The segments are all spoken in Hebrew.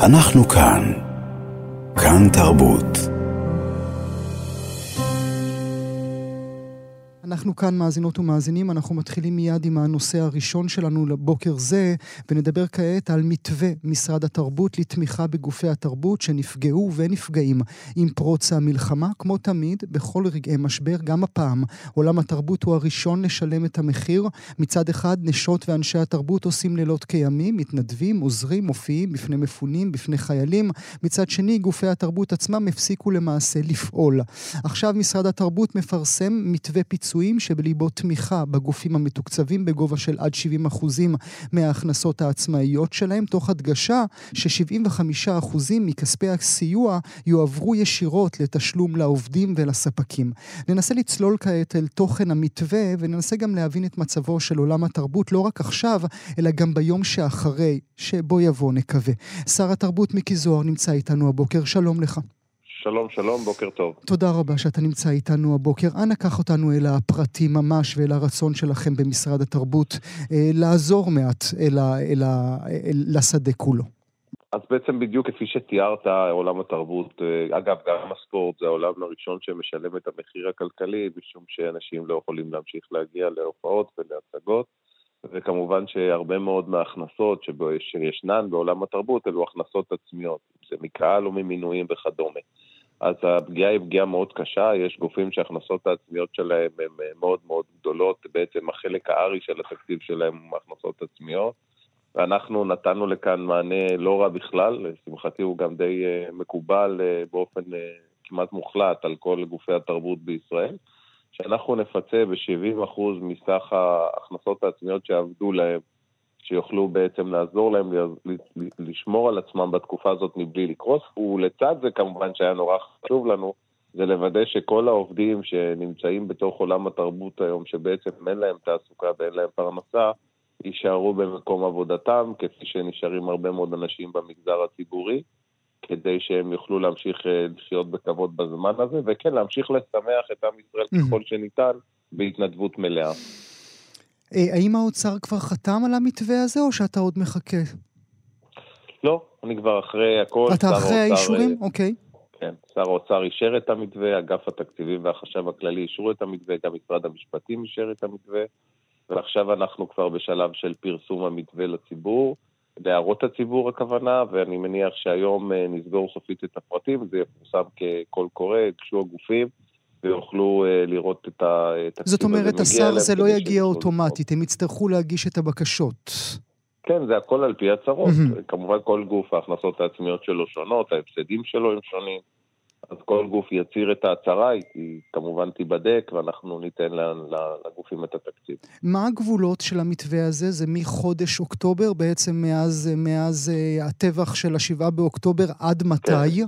אנחנו כאן. כאן תרבות. אנחנו כאן מאזינות ומאזינים, אנחנו מתחילים מיד עם הנושא הראשון שלנו לבוקר זה, ונדבר כעת על מתווה משרד התרבות לתמיכה בגופי התרבות שנפגעו ונפגעים עם פרוץ המלחמה. כמו תמיד, בכל רגעי משבר, גם הפעם, עולם התרבות הוא הראשון לשלם את המחיר. מצד אחד, נשות ואנשי התרבות עושים לילות כימים, מתנדבים, עוזרים, מופיעים בפני מפונים, בפני חיילים. מצד שני, גופי התרבות עצמם הפסיקו למעשה לפעול. עכשיו משרד התרבות מפרסם מתווה פיצוי שבליבו תמיכה בגופים המתוקצבים בגובה של עד 70% מההכנסות העצמאיות שלהם, תוך הדגשה ש75% מכספי הסיוע יועברו ישירות לתשלום לעובדים ולספקים. ננסה לצלול כעת אל תוכן המתווה, וננסה גם להבין את מצבו של עולם התרבות, לא רק עכשיו, אלא גם ביום שאחרי, שבו יבוא נקווה. שר התרבות מיקי זוהר נמצא איתנו הבוקר, שלום לך. שלום, שלום, בוקר טוב. תודה רבה שאתה נמצא איתנו הבוקר. אנא קח אותנו אל הפרטים ממש ואל הרצון שלכם במשרד התרבות לעזור מעט לשדה כולו. אז בעצם בדיוק כפי שתיארת, עולם התרבות, אגב גם הספורט, זה העולם הראשון שמשלם את המחיר הכלכלי, משום שאנשים לא יכולים להמשיך להגיע להופעות ולהצגות, וכמובן שהרבה מאוד מההכנסות שישנן בעולם התרבות אלו הכנסות עצמיות, זה מקהל או ממינויים וכדומה. אז הפגיעה היא פגיעה מאוד קשה, יש גופים שההכנסות העצמיות שלהם הן מאוד מאוד גדולות, בעצם החלק הארי של התקציב שלהם הוא מהכנסות עצמיות, ואנחנו נתנו לכאן מענה לא רע בכלל, לשמחתי הוא גם די מקובל באופן כמעט מוחלט על כל גופי התרבות בישראל, שאנחנו נפצה ב-70% מסך ההכנסות העצמיות שעבדו להם, שיוכלו בעצם לעזור להם לשמור על עצמם בתקופה הזאת מבלי לקרוס, ולצד זה כמובן שהיה נורא חשוב לנו, זה לוודא שכל העובדים שנמצאים בתוך עולם התרבות היום, שבעצם אין להם תעסוקה ואין להם פרנסה, יישארו במקום עבודתם, כפי שנשארים הרבה מאוד אנשים במגזר הציבורי, כדי שהם יוכלו להמשיך לחיות בכבוד בזמן הזה, וכן להמשיך לשמח את עם ישראל ככל שניתן בהתנדבות מלאה. האם האוצר כבר חתם על המתווה הזה, או שאתה עוד מחכה? לא, אני כבר אחרי הכל. אתה אחרי האישורים? אוקיי. כן, שר האוצר אישר את המתווה, אגף התקציבים והחשב הכללי אישרו את המתווה, גם משרד המשפטים אישר את המתווה, ועכשיו אנחנו כבר בשלב של פרסום המתווה לציבור, להערות הציבור הכוונה, ואני מניח שהיום נסגור סופית את הפרטים, זה יפורסם כקול קורא, יגשו הגופים, ויוכלו לראות את התקציב. זאת אומרת, השר זה לא יגיע אוטומטית, הם יצטרכו להגיש את הבקשות. כן, זה הכל על פי הצהרות. כמובן כל גוף, ההכנסות העצמיות שלו שונות, ההפסדים שלו הם שונים, אז כל גוף יציר את ההצהרה, היא כמובן תיבדק, ואנחנו ניתן לגופים את התקציב. מה הגבולות של המתווה הזה? זה מחודש אוקטובר, בעצם מאז הטבח של 7 באוקטובר, עד מתי?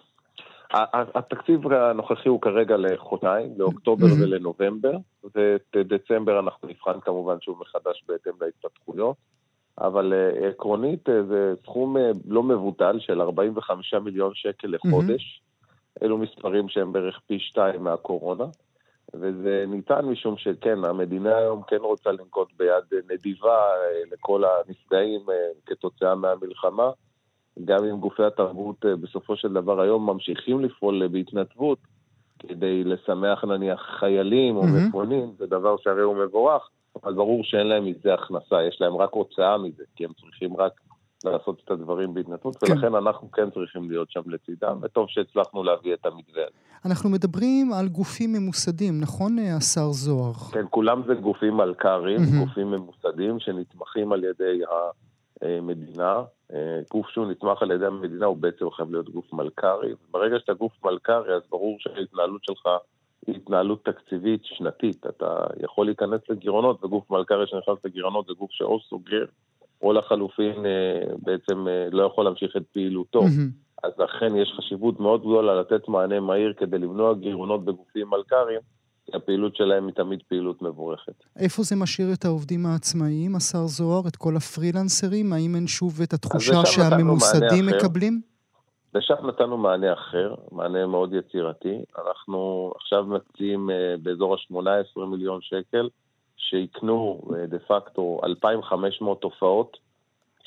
התקציב הנוכחי הוא כרגע לחודשיים, לאוקטובר ולנובמבר, ודצמבר אנחנו נבחן כמובן שהוא מחדש בהתאם להתפתחויות, אבל עקרונית זה סכום לא מבוטל של 45 מיליון שקל לחודש, אלו מספרים שהם בערך פי 2 מהקורונה, וזה ניתן משום שכן, המדינה היום כן רוצה לנקוט ביד נדיבה לכל הנפגעים כתוצאה מהמלחמה, גם אם גופי התרבות בסופו של דבר היום ממשיכים לפעול בהתנדבות, כדי לשמח נניח חיילים או מפונים, זה דבר שהרי הוא מבורך, אבל ברור שאין להם מזה הכנסה, יש להם רק הוצאה מזה, כי הם צריכים רק לעשות את הדברים בהתנדבות, ולכן אנחנו כן צריכים להיות שם לצידם, וטוב שהצלחנו להביא את המתווה. אנחנו מדברים על גופים ממוסדים, נכון השר זוהר? כן, כולם זה גופים מלכ"רים, גופים ממוסדים שנתמכים על ידי המדינה, גוף שהוא נתמך על ידי המדינה הוא בעצם חייב להיות גוף מלכ"רי, ברגע שאתה גוף מלכ"רי אז ברור שההתנהלות שלך היא התנהלות תקציבית שנתית, אתה יכול להיכנס לגירעונות, וגוף מלכ"רי שנכנס לגירעונות זה גוף שאו סוגר, או לחלופין בעצם לא יכול להמשיך את פעילותו, אז לכן יש חשיבות מאוד גדולה לתת מענה מהיר כדי למנוע גירעונות בגופים מלכ"רים, הפעילות שלהם היא תמיד פעילות מבורכת. איפה זה משאיר את העובדים העצמאיים, השר זוהר, את כל הפרילנסרים? האם אין שוב את התחושה שהממוסדים מקבלים? ושם נתנו מענה אחר, מענה מאוד יצירתי. אנחנו עכשיו מציעים באזור ה-18 מיליון שקל, שיקנו דה פקטו 2,500 תופעות,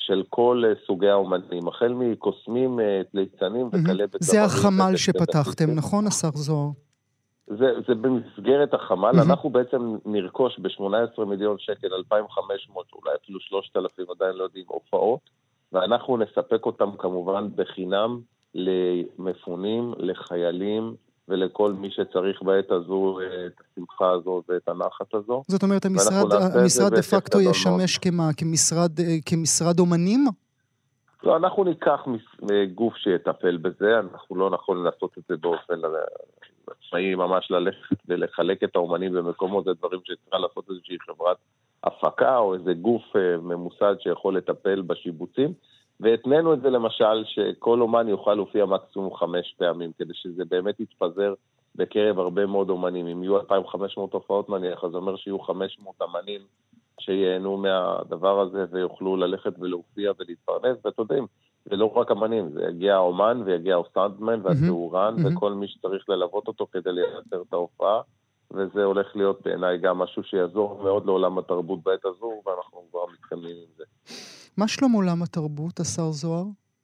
של כל סוגי האומנים, החל מקוסמים, ליצנים וכלה בצווארים. זה החמ"ל שפתחתם, נכון, השר זוהר? זה במסגרת החמ"ל, אנחנו בעצם נרכוש ב-18 מיליון שקל, 2,500, אולי אפילו 3,000, עדיין לא יודעים, הופעות, ואנחנו נספק אותם כמובן בחינם למפונים, לחיילים, ולכל מי שצריך בעת הזו את השמחה הזו ואת הנחת הזו. זאת אומרת, המשרד דה פקטו ישמש כמשרד אומנים? לא, אנחנו ניקח גוף שיטפל בזה, אנחנו לא נכון לעשות את זה באופן עצמאי, ממש ללכת ולחלק את האומנים במקומות, זה דברים שצריכה לעשות איזושהי חברת הפקה, או איזה גוף ממוסד שיכול לטפל בשיבוצים, והתננו את זה למשל שכל אומן יוכל להופיע מקסימום 5 פעמים, כדי שזה באמת יתפזר בקרב הרבה מאוד אומנים. אם יהיו 2,500 הופעות מניח, אז אומר שיהיו 500 אמנים שייהנו מהדבר הזה ויוכלו ללכת ולהופיע ולהתפרנס, ואתה יודעים, זה לא רק אמנים, זה יגיע האומן ויגיע הסאונדמן והתאורן וכל מי שצריך ללוות אותו כדי לייצר את ההופעה, וזה הולך להיות בעיניי גם משהו שיעזור מאוד לעולם התרבות בעת הזו, ואנחנו כבר מתקדמים עם זה. מה שלום עולם התרבות, השר זוהר?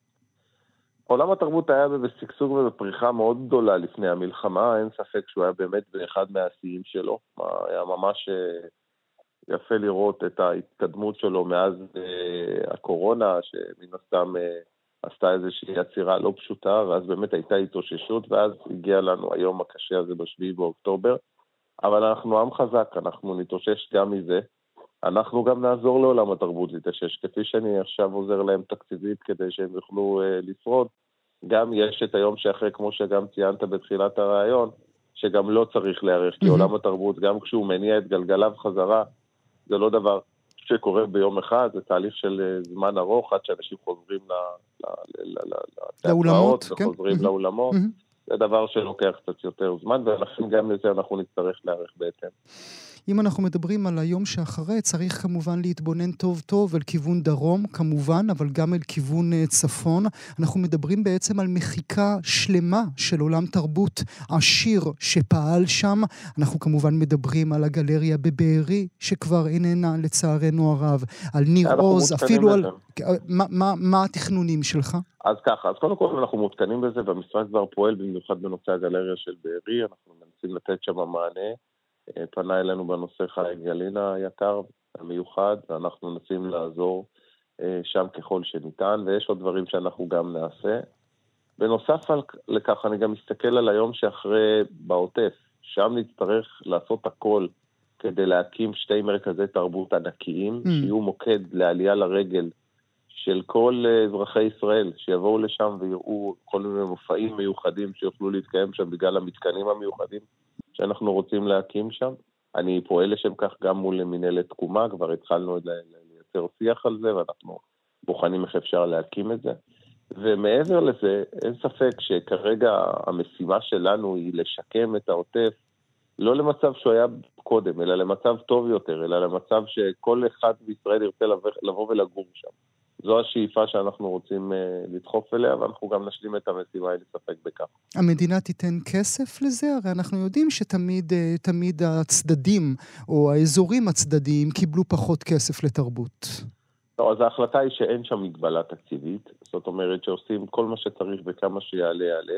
עולם התרבות היה בסגסוג ובפריחה מאוד גדולה לפני המלחמה, אין ספק שהוא היה באמת באחד מהשיאים שלו, היה ממש יפה לראות את ההתקדמות שלו מאז הקורונה, שמן הסתם עשתה איזושהי יצירה לא פשוטה, ואז באמת הייתה התאוששות, ואז הגיע לנו היום הקשה הזה ב7 באוקטובר, אבל אנחנו עם חזק, אנחנו נתאושש גם מזה, אנחנו גם נעזור לעולם התרבות להתאושש, כפי שאני עכשיו עוזר להם תקציבית כדי שהם יוכלו לשרוד, גם יש את היום שאחרי, כמו שגם ציינת בתחילת הרעיון, שגם לא צריך להערך, כי עולם התרבות, גם כשהוא מניע את גלגליו חזרה, זה לא דבר שקורה ביום אחד, זה תהליך של זמן ארוך, עד שאנשים חוזרים לתיאטראות וחוזרים לאולמות. זה דבר שלוקח קצת יותר זמן, ולכן גם לזה אנחנו נצטרך להערך בהתאם. אם אנחנו מדברים על היום שאחרי, צריך כמובן להתבונן טוב טוב על כיוון דרום, כמובן, אבל גם על כיוון צפון. אנחנו מדברים בעצם על מחיקה שלמה של עולם תרבות עשיר שפעל שם. אנחנו כמובן מדברים על הגלריה בבארי, שכבר איננה לצערנו הרב, על ניר עוז, אפילו על... מה התכנונים שלך? אז ככה, אז קודם כל אנחנו מותקנים בזה, והמשרד כבר פועל במיוחד בנושא הגלריה של בארי, אנחנו מנסים לתת שם מענה. פנה אלינו בנושא חי גלינה היקר, המיוחד, ואנחנו נסים לעזור שם ככל שניתן, ויש עוד דברים שאנחנו גם נעשה. בנוסף לכך, אני גם מסתכל על היום שאחרי בעוטף, שם נצטרך לעשות הכל כדי להקים 2 מרכזי תרבות ענקיים, שיהיו מוקד לעלייה לרגל של כל אזרחי ישראל, שיבואו לשם ויראו כל מיני מופעים מיוחדים שיוכלו להתקיים שם בגלל המתקנים המיוחדים שאנחנו רוצים להקים שם. אני פועל לשם כך גם מול מנהלת תקומה, כבר התחלנו לייצר שיח על זה, ואנחנו בוחנים איך אפשר להקים את זה. ומעבר לזה, אין ספק שכרגע המשימה שלנו היא לשקם את העוטף, לא למצב שהוא היה קודם, אלא למצב טוב יותר, אלא למצב שכל אחד בישראל ירצה לבוא ולגור שם. זו השאיפה שאנחנו רוצים לדחוף אליה, ואנחנו גם נשלים את המשימה, אין ספק בכך. המדינה תיתן כסף לזה? הרי אנחנו יודעים שתמיד הצדדים, או האזורים הצדדיים, קיבלו פחות כסף לתרבות. לא, אז ההחלטה היא שאין שם מגבלה תקציבית, זאת אומרת שעושים כל מה שצריך וכמה שיעלה.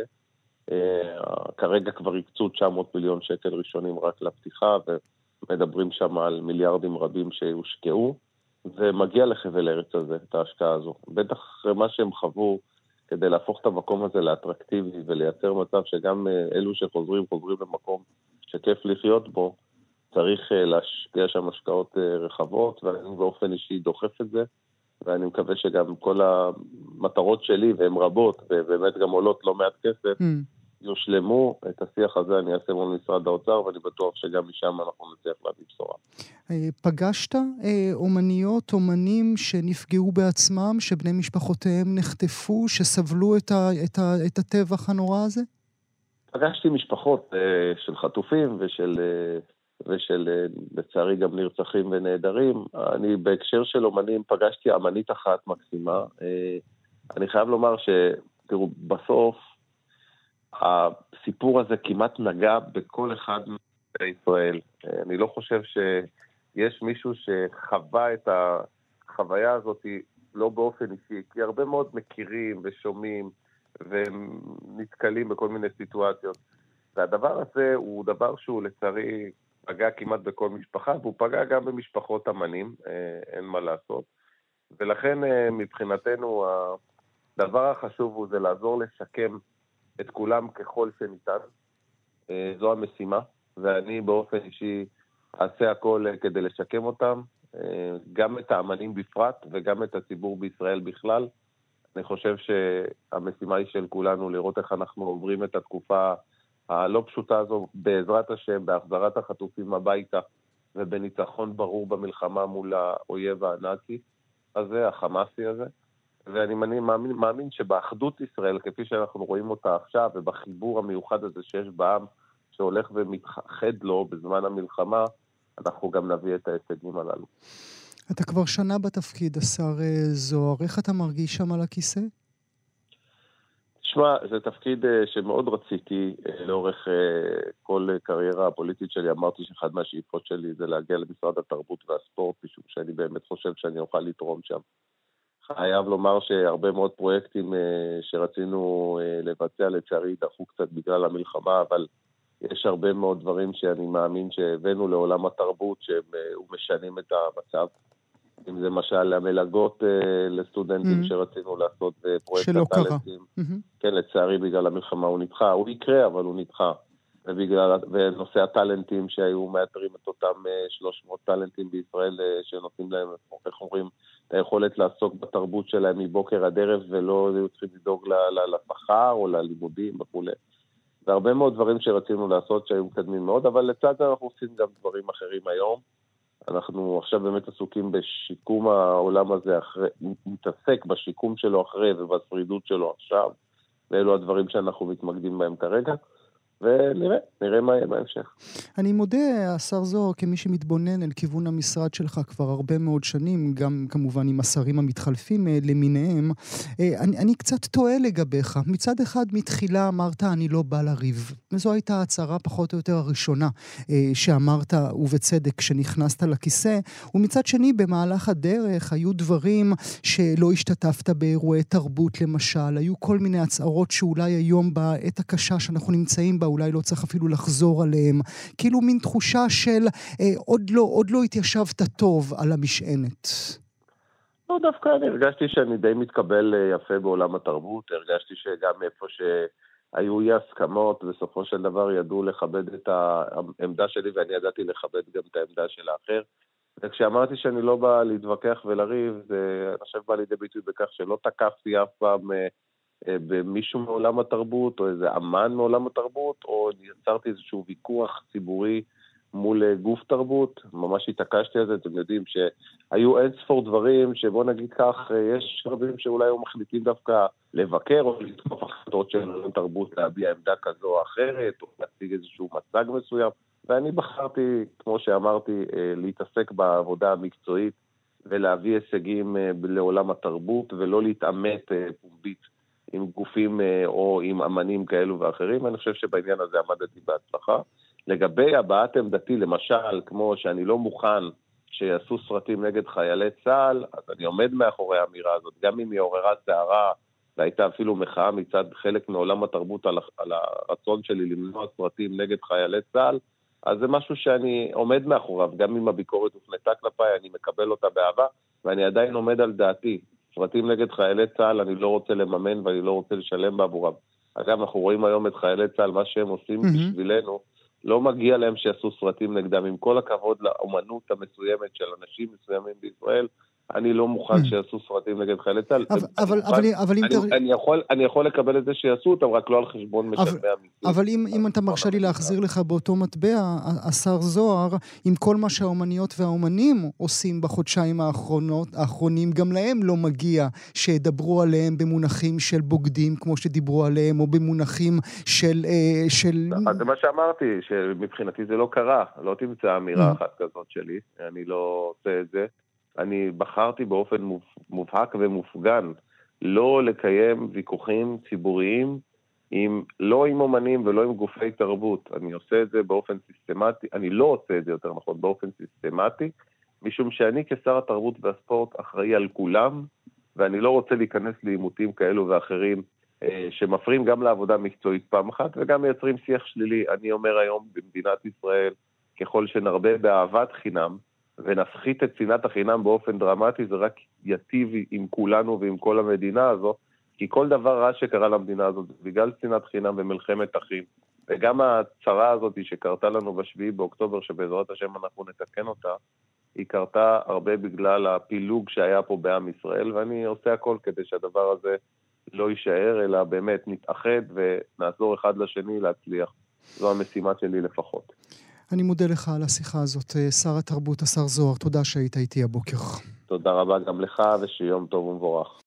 כרגע כבר יקצו 900 מיליון שקל ראשונים רק לפתיחה, ומדברים שם על מיליארדים רבים שיושקעו, ומגיע לחבל ארץ הזה, את ההשקעה הזו. בטח אחרי מה שהם חוו, כדי להפוך את המקום הזה לאטרקטיבי, ולייצר מצב שגם אלו שחוזרים למקום שכיף לחיות בו, צריך להשקיע שם השקעות רחבות, ואני באופן אישי דוחף את זה, ואני מקווה שגם כל המטרות שלי, והן רבות, ובאמת גם עולות לא מעט כסף, יושלמו. את השיח הזה אני אעשה מול משרד האוצר, ואני בטוח שגם משם אנחנו נצליח להביא בשורה. פגשת אומנים שנפגעו בעצמם, שבני משפחותיהם נחטפו, שסבלו את הטבח הנורא הזה? פגשתי משפחות של חטופים ושל לצערי גם נרצחים ונהדרים. אני בהקשר של אומנים פגשתי אמנית אחת מקסימה. אני חייב לומר שתראו, בסוף הסיפור הזה כמעט נגע בכל אחד מישראל. אני לא חושב שיש מישהו שחווה את החוויה הזאת לא באופן אישי, כי הרבה מאוד מכירים ושומעים ונתקלים בכל מיני סיטואציות. והדבר הזה הוא דבר שהוא לצערי פגע כמעט בכל משפחה, והוא פגע גם במשפחות אמנים, אין מה לעשות. ולכן מבחינתנו הדבר החשוב הוא זה לעזור לשקם את כולם ככל שניתן. זו המשימה, ואני באופן אישי אעשה הכל כדי לשקם אותם, גם את האמנים בפרט וגם את הציבור בישראל בכלל. אני חושב שהמשימה היא של כולנו לראות איך אנחנו עוברים את התקופה הלא פשוטה הזו בעזרת השם, בהחזרת החטופים הביתה ובניצחון ברור במלחמה מול האויב הנאצי הזה, החמאסי הזה. ואני מאמין שבאחדות ישראל, כפי שאנחנו רואים אותה עכשיו, ובחיבור המיוחד הזה שיש בעם שהולך ומתחד לו בזמן המלחמה, אנחנו גם נביא את ההישגים הללו. אתה כבר שנה בתפקיד, השר זוהר. איך אתה מרגיש שם על הכיסא? תשמע, זה תפקיד שמאוד רציתי לאורך כל קריירה הפוליטית שלי. אמרתי שאחד מהשאיפות שלי זה להגיע למשרד התרבות והספורט, משום שאני באמת חושב שאני אוכל לתרום שם. חייב לומר שהרבה מאוד פרויקטים שרצינו לבצע לצערי דחו קצת בגלל המלחמה, אבל יש הרבה מאוד דברים שאני מאמין שהבאנו לעולם התרבות שהם משנים את המצב. אם זה משל המלגות לסטודנטים שרצינו לעשות פרויקט הטלנטים. כן, לצערי בגלל המלחמה הוא נדחה. הוא יקרה, אבל הוא נדחה. ונושא הטלנטים שהיו מאתרים את אותם 300 טלנטים בישראל שנותנים להם, איך אומרים, את היכולת לעסוק בתרבות שלהם מבוקר עד ערב, ולא היו צריכים לדאוג לשכר או ללימודים וכו'. והרבה מאוד דברים שרצינו לעשות שהיו מקדמים מאוד, אבל לצד זה אנחנו עושים גם דברים אחרים היום. אנחנו עכשיו באמת עסוקים בשיקום העולם הזה, מתעסק בשיקום שלו אחרי ובשרידות שלו עכשיו, ואלו הדברים שאנחנו מתמקדים בהם כרגע, ונראה מה יהיה בהמשך. אני מודה, השר זוהר, כמי שמתבונן אל כיוון המשרד שלך כבר הרבה מאוד שנים, גם כמובן עם השרים המתחלפים למיניהם, אני קצת טועה לגביך. מצד אחד מתחילה אמרת, אני לא בא לריב. וזו הייתה הצהרה פחות או יותר הראשונה שאמרת, ובצדק, כשנכנסת לכיסא, ומצד שני, במהלך הדרך, היו דברים שלא השתתפת באירועי תרבות למשל, היו כל מיני הצהרות שאולי היום בעת הקשה שאנחנו נמצאים בה, אולי לא צריך אפילו לחזור עליהם, כאילו מין תחושה של עוד לא התיישבת טוב על המשענת. לא, דווקא אני הרגשתי שאני די מתקבל יפה בעולם התרבות, הרגשתי שגם איפה שהיו אי הסכמות, בסופו של דבר ידעו לכבד את העמדה שלי, ואני ידעתי לכבד גם את העמדה של האחר. וכשאמרתי שאני לא בא להתווכח ולריב, זה אני חושב בא לידי ביטוי בכך שלא תקפתי אף פעם במישהו מעולם התרבות, או איזה אמן מעולם התרבות, או יצרתי איזשהו ויכוח ציבורי מול גוף תרבות, ממש התעקשתי על זה. אתם יודעים שהיו אין ספור דברים שבוא נגיד כך, יש רבים שאולי היו מחליטים דווקא לבקר או לתקוף החלטות של עולם תרבות, להביע עמדה כזו או אחרת, או להציג איזשהו מצג מסוים, ואני בחרתי, כמו שאמרתי, להתעסק בעבודה המקצועית ולהביא הישגים לעולם התרבות, ולא להתאמת פומבית עם גופים או עם אמנים כאלו ואחרים. אני חושב שבעניין הזה עמדתי בהצלחה. לגבי הבעת עמדתי, למשל, כמו שאני לא מוכן שיעשו סרטים נגד חיילי צה"ל, אז אני עומד מאחורי האמירה הזאת, גם אם היא עוררה סערה, והייתה אפילו מחאה מצד חלק מעולם התרבות על הרצון שלי למנוע סרטים נגד חיילי צה"ל, אז זה משהו שאני עומד מאחוריו, גם אם הביקורת הופנתה כלפיי, אני מקבל אותה באהבה, ואני עדיין עומד על דעתי. סרטים נגד חיילי צה"ל אני לא רוצה לממן ואני לא רוצה לשלם בעבורם. אגב, אנחנו רואים היום את חיילי צה"ל, מה שהם עושים בשבילנו, לא מגיע להם שיעשו סרטים נגדם. עם כל הכבוד לאומנות המסוימת של אנשים מסוימים בישראל, אני לא מוכן שיעשו סרטים נגד חיילי צה"ל. אני יכול לקבל את זה שיעשו אותם, רק לא על חשבון משלמי המיסים. אבל אם אתה מרשה לי להחזיר לך באותו מטבע, השר זוהר, עם כל מה שהאומניות והאומנים עושים בחודשיים האחרונים, גם להם לא מגיע שידברו עליהם במונחים של בוגדים, כמו שדיברו עליהם, או במונחים של... אז זה מה שאמרתי, שמבחינתי זה לא קרה. לא תמצא אמירה אחת כזאת שלי, אני לא עושה את זה. אני בחרתי באופן מובהק ומופגן לא לקיים ויכוחים ציבוריים לא עם אומנים ולא עם גופי תרבות. אני עושה את זה באופן סיסטמטי, אני לא עושה את זה יותר נכון באופן סיסטמטי, משום שאני כשר התרבות והספורט אחראי על כולם, ואני לא רוצה להיכנס לעימותים כאלו ואחרים, שמפריעים גם לעבודה מקצועית פעם אחת, וגם מייצרים שיח שלילי. אני אומר היום במדינת ישראל, ככל שנרבה באהבת חינם, ונפחית את שנאת החינם באופן דרמטי, זה רק יטיב עם כולנו ועם כל המדינה הזו, כי כל דבר רע שקרה למדינה הזאת, בגלל שנאת חינם ומלחמת אחים, וגם הצרה הזאת שקרתה לנו ב7 באוקטובר, שבעזרת השם אנחנו נתקן אותה, היא קרתה הרבה בגלל הפילוג שהיה פה בעם ישראל, ואני עושה הכל כדי שהדבר הזה לא יישאר, אלא באמת נתאחד ונעזור אחד לשני להצליח. זו המשימה שלי לפחות. אני מודה לך על השיחה הזאת, שר התרבות, השר זוהר, תודה שהיית איתי הבוקר. תודה רבה גם לך, ושיום טוב ומבורך.